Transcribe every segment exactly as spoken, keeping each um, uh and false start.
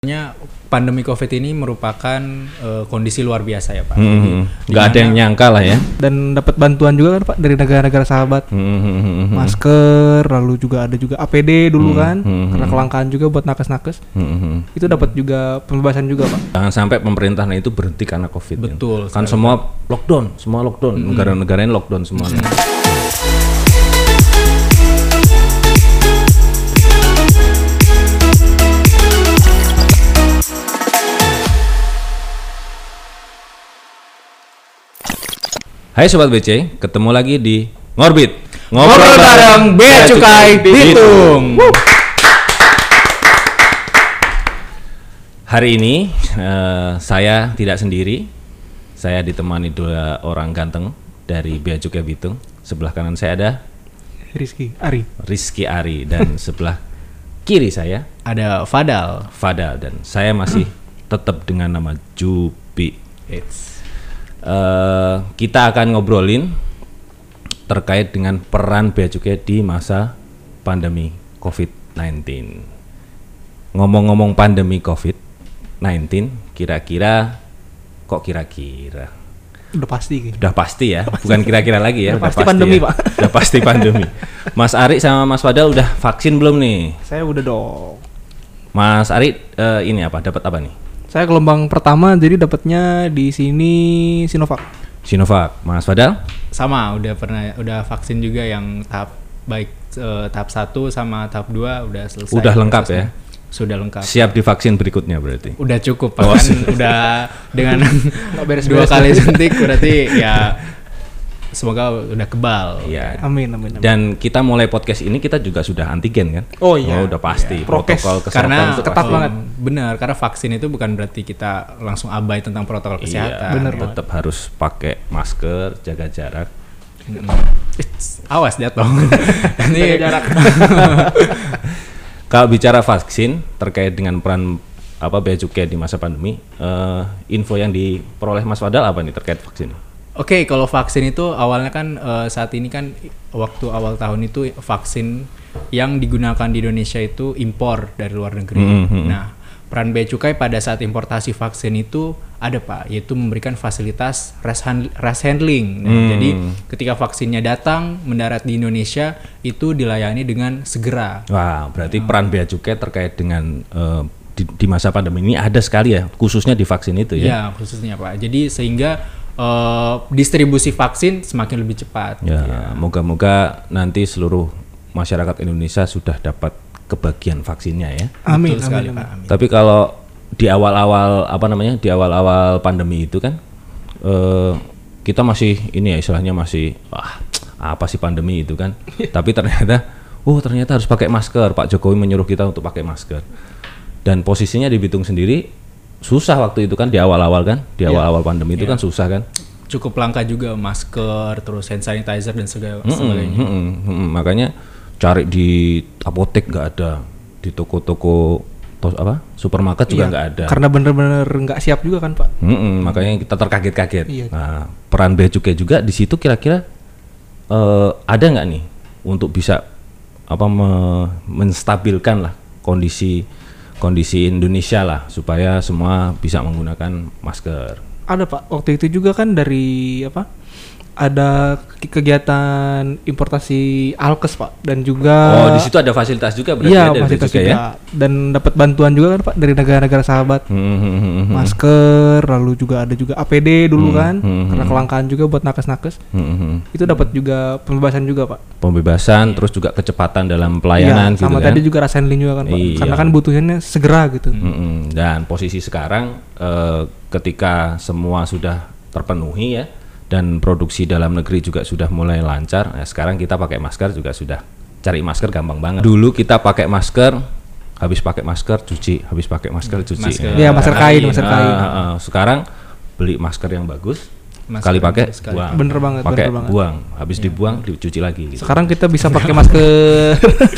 Sebenarnya pandemi COVID ini merupakan uh, kondisi luar biasa ya Pak. Hmm, nggak ada yang nyangka lah ya. Dan dapat bantuan juga kan Pak dari negara-negara sahabat. Hmm, masker, lalu juga ada juga A P D dulu hmm, kan, hmm, karena kelangkaan juga buat nakes-nakes. Hmm, itu dapat juga pembebasan juga Pak. Jangan sampai pemerintahan itu berhenti karena COVID. Betul. Kan, kan semua lockdown, semua lockdown, hmm. negara-negara ini lockdown semuanya. Hmm. Hai Sobat B C, ketemu lagi di Ngorbit Ngobrol bareng Bea Cukai Bitung. Hari ini uh, saya tidak sendiri. Saya ditemani dua orang ganteng dari Bea Cukai Bitung. Sebelah kanan saya ada Rizky Ari Rizky Ari dan sebelah kiri saya ada Fadal Fadal dan saya masih tetap dengan nama Jupi. It's Uh, kita akan ngobrolin terkait dengan peran Bea Cukai di masa pandemi COVID sembilan belas. Ngomong-ngomong pandemi COVID sembilan belas, kira-kira kok kira-kira? Udah pasti gitu. Udah pasti ya, bukan kira-kira lagi ya. Udah, udah pasti, pasti pandemi ya. Pak. Udah pasti pandemi. Mas Ari sama Mas Fadal udah vaksin belum nih? Saya udah dong. Mas Ari uh, ini apa? Dapat apa nih? Saya gelombang pertama, jadi dapatnya di sini Sinovac. Sinovac. Mas Fadal? Sama, udah pernah udah vaksin juga yang tahap baik uh, tahap satu sama tahap dua udah selesai. Udah lengkap ya? Sudah lengkap. Siap divaksin berikutnya berarti? Udah cukup, Pak. Kan udah dengan dua kali suntik berarti ya semoga udah kebal. Iya. Amin, amin, amin. Dan kita mulai podcast ini kita juga sudah antigen kan? Oh iya. Oh, udah pasti. Iya. Protokol kesehatan karena itu ketat pasti. banget. Benar, karena vaksin itu bukan berarti kita langsung abai tentang protokol kesehatan. Iya, benar. Tetap harus pakai masker, jaga jarak. Mm-hmm. Awas dia dong. Ini jarak. Kalau bicara vaksin terkait dengan peran apa Bea Cukai di masa pandemi, uh, info yang diperoleh Mas Fadal apa nih terkait vaksin? Oke, okay, kalau vaksin itu awalnya kan uh, saat ini kan waktu awal tahun itu vaksin yang digunakan di Indonesia itu impor dari luar negeri. Mm-hmm. Nah, peran Bea Cukai pada saat importasi vaksin itu ada Pak, yaitu memberikan fasilitas rush, hand, rush handling. Nah, mm. Jadi ketika vaksinnya datang mendarat di Indonesia itu dilayani dengan segera. Wah, berarti uh. peran Bea Cukai terkait dengan uh, di, di masa pandemi ini ada sekali ya, khususnya di vaksin itu ya? Iya, khususnya Pak. Jadi sehingga Uh, distribusi vaksin semakin lebih cepat. Ya, ya. Moga-moga nanti seluruh masyarakat Indonesia sudah dapat kebagian vaksinnya ya. Amin, Betul sekali, amin, Pak. amin. Tapi kalau di awal-awal apa namanya di awal-awal pandemi itu kan uh, kita masih ini ya istilahnya masih wah apa sih pandemi itu kan. Tapi ternyata oh ternyata harus pakai masker. Pak Jokowi menyuruh kita untuk pakai masker. Dan posisinya di Bitung sendiri susah waktu itu kan di awal-awal kan di yeah. awal-awal pandemi yeah. itu kan susah kan, cukup langka juga masker terus hand sanitizer dan segala mm-mm, sebagainya. Mm-mm, mm-mm. Makanya cari di apotek nggak ada, di toko-toko tos apa supermarket juga nggak yeah. ada. Karena bener-bener nggak siap juga kan Pak. Mm-mm, makanya kita terkaget-kaget. Yeah. Nah peran Bea Cukai juga di situ kira-kira uh, ada nggak nih untuk bisa apa me- menstabilkan lah kondisi kondisi Indonesia lah supaya semua bisa menggunakan masker. Ada Pak, waktu itu juga kan dari apa? Ada kegiatan importasi alkes Pak dan juga oh di situ ada fasilitas juga berarti iya, ada fasilitas juga, juga ya? Dan dapat bantuan juga kan Pak dari negara-negara sahabat. Hmm, masker, lalu juga ada juga A P D dulu hmm, kan hmm, karena kelangkaan juga buat nakes-nakes. Hmm, itu dapat juga pembebasan juga Pak. Pembebasan terus juga kecepatan dalam pelayanan iya, sama gitu kan. Tadi juga rasa handling juga kan Pak. Iya. Karena kan butuhnya segera gitu. Hmm, dan posisi sekarang eh, ketika semua sudah terpenuhi ya. Dan produksi dalam negeri juga sudah mulai lancar. Nah, sekarang kita pakai masker juga sudah cari masker gampang banget. Dulu kita pakai masker, habis pakai masker cuci, habis pakai masker cuci. Masker. Ya, masker kain, masker kain. Uh, uh, uh. Sekarang beli masker yang bagus, masker kali pakai buang. Bener banget, pakai bener banget. Buang, habis ya. Dibuang dicuci lagi. Gitu. Sekarang kita bisa pakai masker,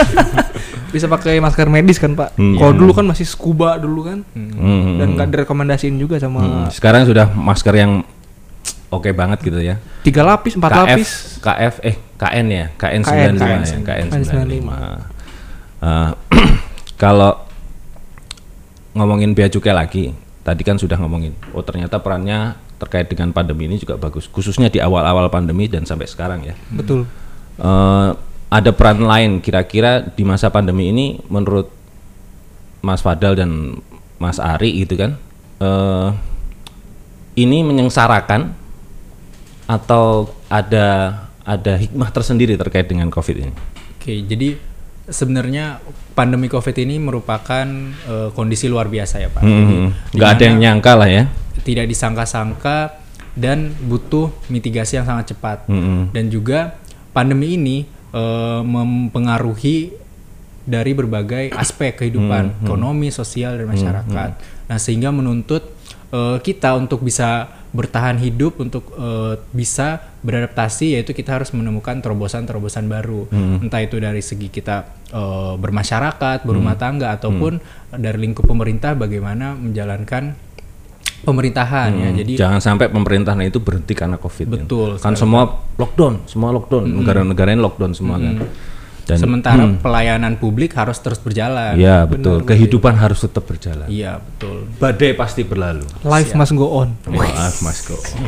bisa pakai masker medis kan Pak. Hmm. Kalau dulu kan masih scuba dulu kan, hmm. dan nggak direkomendasiin juga sama. Hmm. Sekarang sudah masker yang oke okay banget gitu ya. Tiga lapis, empat K F, lapis. K F eh K N ya, K N sembilan puluh lima ya, K N sembilan puluh lima. Uh, kalau ngomongin bea cukai lagi, tadi kan sudah ngomongin, oh ternyata perannya terkait dengan pandemi ini juga bagus, khususnya di awal-awal pandemi dan sampai sekarang ya. Betul. Uh, ada peran lain kira-kira di masa pandemi ini menurut Mas Fadal dan Mas Ari gitu kan, uh, ini menyengsarakan atau ada ada hikmah tersendiri terkait dengan COVID ini? Oke, jadi sebenarnya pandemi COVID ini merupakan uh, kondisi luar biasa ya Pak. Mm-hmm. Nggak ada yang nyangka lah ya. Tidak disangka-sangka dan butuh mitigasi yang sangat cepat. Mm-hmm. Dan juga pandemi ini uh, mempengaruhi dari berbagai aspek kehidupan mm-hmm. ekonomi, sosial dan masyarakat. Mm-hmm. Nah sehingga menuntut uh, kita untuk bisa bertahan hidup, untuk uh, bisa beradaptasi, yaitu kita harus menemukan terobosan-terobosan baru, hmm. entah itu dari segi kita uh, bermasyarakat, berumah hmm. tangga, ataupun hmm. dari lingkup pemerintah bagaimana menjalankan pemerintahan hmm. ya. Jadi jangan sampai pemerintahan itu berhenti karena COVID. Betul. Kan semua lockdown, semua lockdown, hmm. negara-negara ini lockdown semua hmm. kan. Dan sementara hmm. pelayanan publik harus terus berjalan. Iya betul. Benar, kehidupan betul. Harus tetap berjalan. Iya betul. Badai pasti berlalu. Life Siap. Must go on. Life must go on.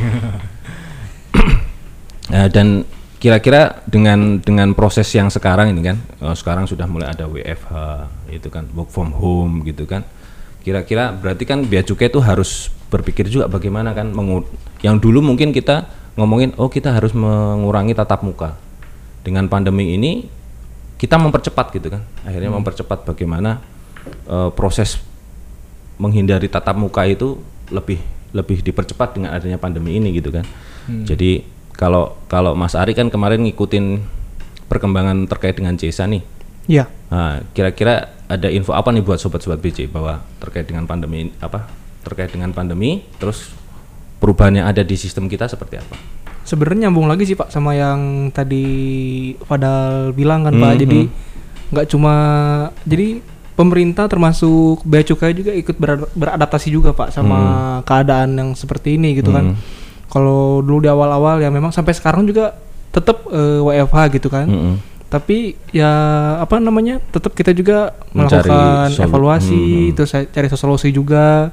Nah, dan kira-kira dengan dengan proses yang sekarang ini kan, oh, sekarang sudah mulai ada W F H, itu kan work from home gitu kan. Kira-kira berarti kan bea cukai itu harus berpikir juga bagaimana kan mengur- yang dulu mungkin kita ngomongin oh kita harus mengurangi tatap muka. Dengan pandemi ini kita mempercepat gitu kan, akhirnya hmm. mempercepat bagaimana uh, proses menghindari tatap muka itu lebih lebih dipercepat dengan adanya pandemi ini gitu kan. Hmm. Jadi kalau kalau Mas Ari kan kemarin ngikutin perkembangan terkait dengan C E S A nih. Iya. Nah, kira-kira ada info apa nih buat sobat-sobat B C bahwa terkait dengan pandemi apa? Terkait dengan pandemi, terus perubahan yang ada di sistem kita seperti apa? Sebenarnya nyambung lagi sih Pak sama yang tadi Fadal bilang kan mm-hmm. Pak. Jadi nggak cuma jadi pemerintah termasuk bea cukai juga ikut ber- beradaptasi juga Pak sama mm. keadaan yang seperti ini gitu mm. kan. Kalau dulu di awal-awal ya memang sampai sekarang juga tetap uh, W F H gitu kan. Mm-hmm. Tapi ya apa namanya tetap kita juga mencari melakukan sol- evaluasi, mm-hmm. terus cari solusi juga.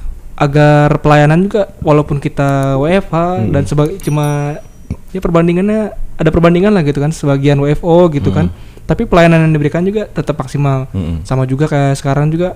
Agar pelayanan juga walaupun kita W F H hmm. dan sebagai cuma ya perbandingannya ada perbandingan lah gitu kan sebagian W F O gitu hmm. kan, tapi pelayanan yang diberikan juga tetap maksimal. Hmm. Sama juga kayak sekarang juga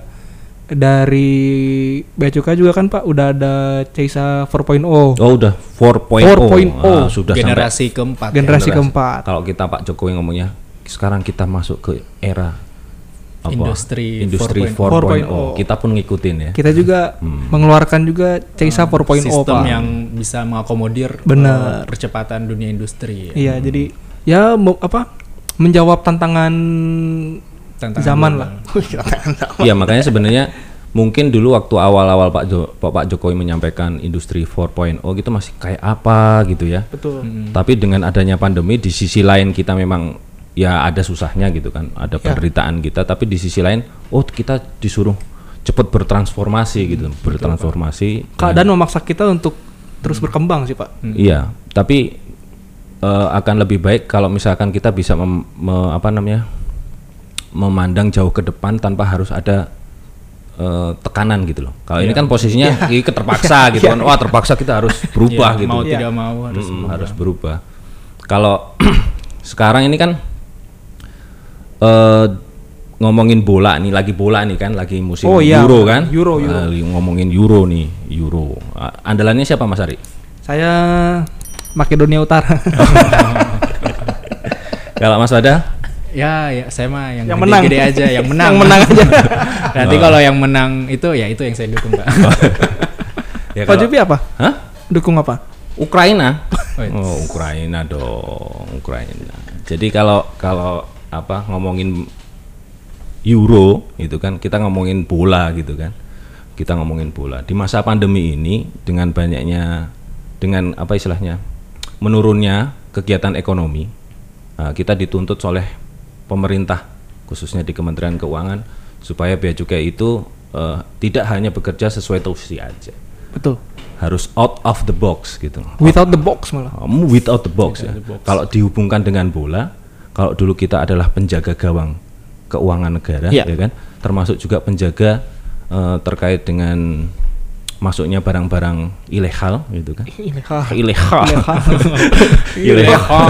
dari bea cukai juga kan Pak udah ada C I S A empat titik nol. Oh udah empat titik nol. Ah, sudah generasi keempat. Generasi ya. keempat. Kalau kita Pak Jokowi ngomongnya sekarang kita masuk ke era apa? Industri, Industri empat titik nol. Kita pun ngikutin ya. Kita juga hmm. mengeluarkan juga C I S A empat titik nol sistem Pak. yang bisa mengakomodir uh, percepatan dunia industri. Ya. Iya, hmm. jadi ya mo- apa? Menjawab tantangan, tantangan zaman lah. Iya, makanya sebenarnya mungkin dulu waktu awal-awal Pak jo- Pak Jokowi menyampaikan industri empat titik nol gitu masih kayak apa gitu ya. Betul. Hmm. Tapi dengan adanya pandemi di sisi lain kita memang ya ada susahnya gitu kan, ada penderitaan ya. Kita, tapi di sisi lain, oh kita disuruh cepat bertransformasi gitu, hmm, bertransformasi. Keadaan memaksa kita untuk terus hmm. berkembang sih Pak. Hmm. Iya, tapi uh, akan lebih baik kalau misalkan kita bisa mem, me, apa namanya, memandang jauh ke depan tanpa harus ada uh, tekanan gitu loh. Kalau ya. Ini kan posisinya ya. Ini terpaksa gitu kan, wah terpaksa kita harus berubah ya, gitu. Mau ya. Tidak mau harus hmm, berubah. Harus berubah. Kalau sekarang ini kan Uh, ngomongin bola nih, lagi bola nih kan, lagi musim oh, iya. Euro kan, Euro, Euro. Uh, ngomongin Euro nih, Euro. Uh, andalannya siapa Mas Ari? Saya Makedonia Utara. Kalau Mas Wada? Ya, ya saya mah yang, yang gede-gede menang. Aja, yang menang. Yang menang aja. Nanti oh. kalau yang menang itu ya itu yang saya dukung Pak. Ya, Pak Jupi apa? Hah? Dukung apa? Ukraina. Oh, Ukraina dong, Ukraina. Jadi kalau kalau apa ngomongin Euro itu kan kita ngomongin bola gitu kan, kita ngomongin bola di masa pandemi ini dengan banyaknya dengan apa istilahnya menurunnya kegiatan ekonomi, nah, kita dituntut oleh pemerintah khususnya di Kementerian Keuangan supaya bea cukai itu uh, tidak hanya bekerja sesuai tusi aja. Betul. Harus out of the box gitu. Without the box malah. Without the box without ya. The box. Kalau dihubungkan dengan bola, kalau dulu kita adalah penjaga gawang keuangan negara, ya, ya kan, termasuk juga penjaga uh, terkait dengan masuknya barang-barang ilegal gitu kan. Ilegal. Ilegal. Ilegal.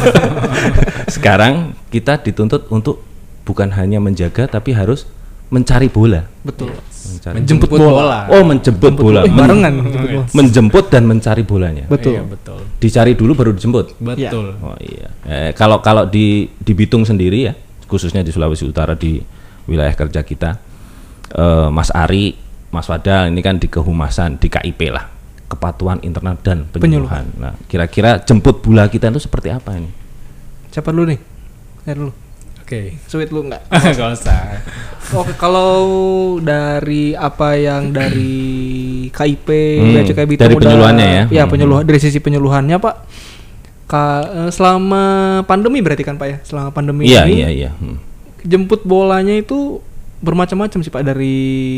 Sekarang kita dituntut untuk bukan hanya menjaga tapi harus mencari bola. Betul. Mencari Menjemput bola. Oh, menjemput bola. Eh, barengan. Menjemput dan mencari bolanya. Betul. Iya, betul. Dicari dulu baru dijemput. Betul. Oh iya. Eh, kalau kalau di di Bitung sendiri ya, khususnya di Sulawesi Utara di wilayah kerja kita, eh, Mas Ari, Mas Fadal ini kan di kehumasan, di K I P lah, Kepatuhan Internal dan Penyuluhan. Nah, kira-kira jemput bola kita itu seperti apa ini? Siapa dulu nih? Saya dulu. Oke. Sweet lu enggak? Gak usah. Oke, kalau dari apa yang dari K I P, Hmm, Bea Cukai Bitung dari udah- penyuluhannya ya? Ya, Hmm. penyuluhan dari sisi penyuluhannya, Pak. Ka- eh, selama pandemi berarti kan, Pak ya? Selama pandemi Iya, ini iya, iya. Hmm. jemput bolanya itu bermacam-macam sih, Pak, dari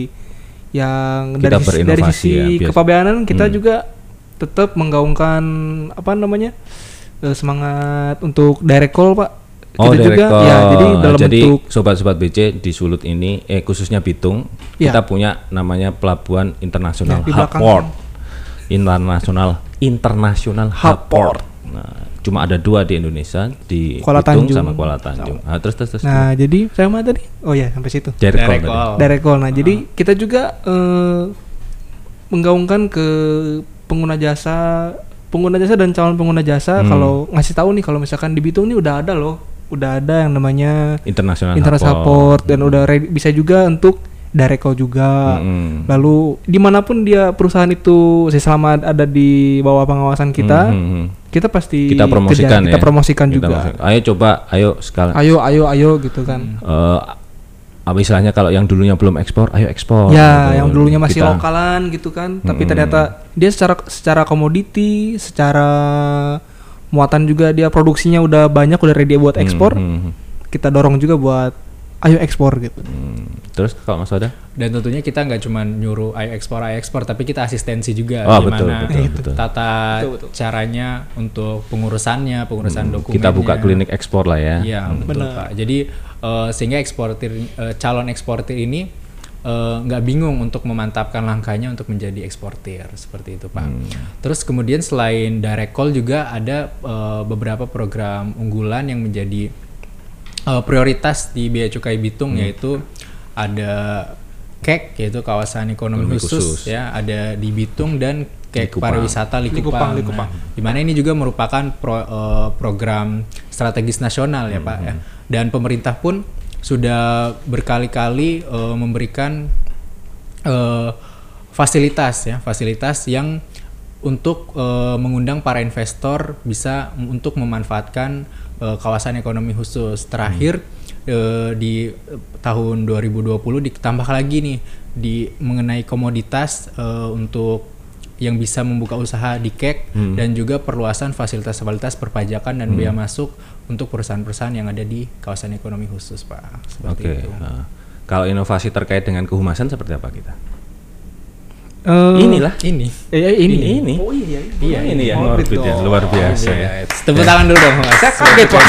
yang Kita dari sisi, dari berinovasi sisi ya, bias- kepabeanan kita Hmm. juga tetap menggaungkan apa namanya? eh, semangat untuk direct call, Pak. Oh, Kita juga direct call. ya, jadi dalam Jadi bentuk sobat-sobat B C di Sulut ini, eh khususnya Bitung, Ya. kita punya namanya Pelabuhan Internasional Ya, di belakang. Hub-Port. Internasional Internasional Hub-Port. Nah, cuma ada dua di Indonesia, di Kuala Bitung Tanjung. sama Kuala Tanjung. Ah, terus terus terus. Nah, jadi saya mana tadi? Oh ya, sampai situ. Direct call Direct tadi. call. Direct call. Nah, jadi kita juga eh, menggaungkan ke pengguna jasa, pengguna jasa dan calon pengguna jasa Hmm. kalau ngasih tahu nih kalau misalkan di Bitung ini udah ada loh, udah ada yang namanya Internasional internet Hub-Port. support dan udah ready- bisa juga untuk direct call juga. Mm-mm. Lalu dimanapun dia perusahaan itu selama ada di bawah pengawasan kita, Mhm. kita pasti Kita promosikan kejar, ya. kita promosikan Kita juga. promosikan. Ayo coba, ayo sekali. Ayo, ayo, ayo gitu kan. Eh, apa istilahnya kalau yang dulunya belum ekspor, ayo ekspor. Ya, gitu. yang dulunya masih Kita- lokalan gitu kan, tapi Mm-mm. ternyata dia secara secara komoditi, secara muatan juga dia produksinya udah banyak, udah ready buat ekspor. Mhm. Kita dorong juga buat ayo ekspor gitu. Hmm. Terus kalau Mas Oda? Dan tentunya kita nggak cuma nyuruh ayo ekspor ayo ekspor, tapi kita asistensi juga Oh, betul, gimana betul, Gitu. betul. tata Betul, betul. caranya untuk pengurusannya, pengurusan dokumennya. Kita buka klinik ekspor lah ya. Iya, betul Benar. Pak. Jadi eh, sehingga eksportir eh, calon eksportir ini eh, nggak bingung untuk memantapkan langkahnya untuk menjadi eksportir seperti itu Pak. Hmm. Terus kemudian selain direct call juga ada eh, beberapa program unggulan yang menjadi eh, prioritas di Bea Cukai Bitung, Hmm. yaitu ada K E K yaitu kawasan ekonomi, Ekonomi khusus, khusus. ya, ada di Bitung dan K E K Likupang. pariwisata Likupang. Likupang, Likupang. Nah, di mana ini juga merupakan pro- eh, program strategis nasional ya Pak ya. Dan pemerintah pun sudah berkali-kali eh, memberikan eh, fasilitas ya, fasilitas yang untuk eh, mengundang para investor bisa m- untuk memanfaatkan eh, kawasan ekonomi khusus. Terakhir eh, di eh, tahun dua ribu dua puluh ditambah lagi nih di mengenai komoditas eh, untuk yang bisa membuka usaha di K E K Hmm. dan juga perluasan fasilitas-fasilitas perpajakan dan bea masuk untuk perusahaan-perusahaan yang ada di kawasan ekonomi khusus, Pak. Seperti Oke. itu. Nah, kalau inovasi terkait dengan kehumasan seperti apa kita? Eh, Inilah. Ini. eh, eh, ini. Ini, ini. Oh iya. Iya, ini ya, Orbit Orbit ya, dong. luar biasa ya. Iya, tepuk tangan dulu dong, Mas. Saya kaget, Pak.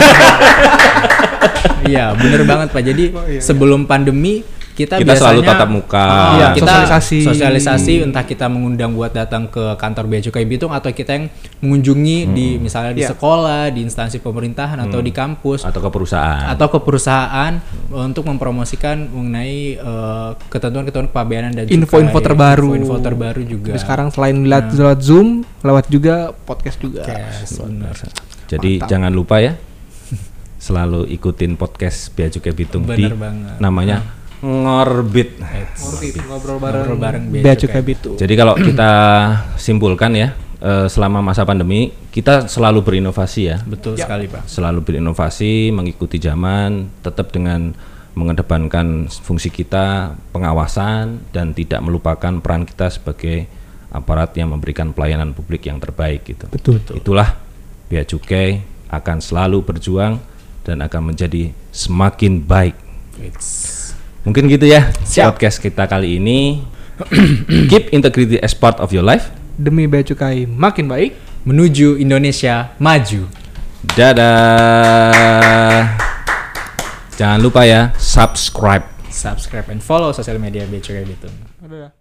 Iya, bener banget, Pak. Jadi sebelum pandemi kita, Kita biasanya selalu tatap muka. Ah, Iya, kita sosialisasi. sosialisasi entah kita mengundang buat datang ke kantor Bea Cukai Bitung atau kita yang mengunjungi di misalnya di Iya. sekolah, di instansi pemerintahan atau di kampus Atau ke perusahaan. atau ke perusahaan untuk mempromosikan mengenai eh, ketentuan-ketentuan kepabeanan dan Info-info cukai, terbaru. info-info terbaru juga. Tapi sekarang selain lihat lewat Zoom, lewat juga podcast juga. Yes, benar. Jadi Mantap. jangan lupa ya, selalu ikutin podcast Bea Cukai Bitung di Bener banget. namanya Ngorbit. Orbit, ngobrol bareng, Ngobrol bareng Bea Bea Cukai. Cukai Bitung. Jadi kalau kita simpulkan ya, eh, selama masa pandemi kita selalu berinovasi ya, Betul sekali, Pak. selalu berinovasi, mengikuti zaman, tetap dengan mengedepankan fungsi kita, pengawasan, dan tidak melupakan peran kita sebagai aparat yang memberikan pelayanan publik yang terbaik gitu. Betul. Itulah Bea Cukai akan selalu berjuang dan akan menjadi semakin baik. It's- Mungkin gitu ya Siap. podcast kita kali ini. Keep integrity as part of your life. Demi Bea Cukai makin baik. menuju Indonesia maju. Dadah. Jangan lupa ya subscribe. subscribe and follow sosial media Bea Cukai Bitung. Udah.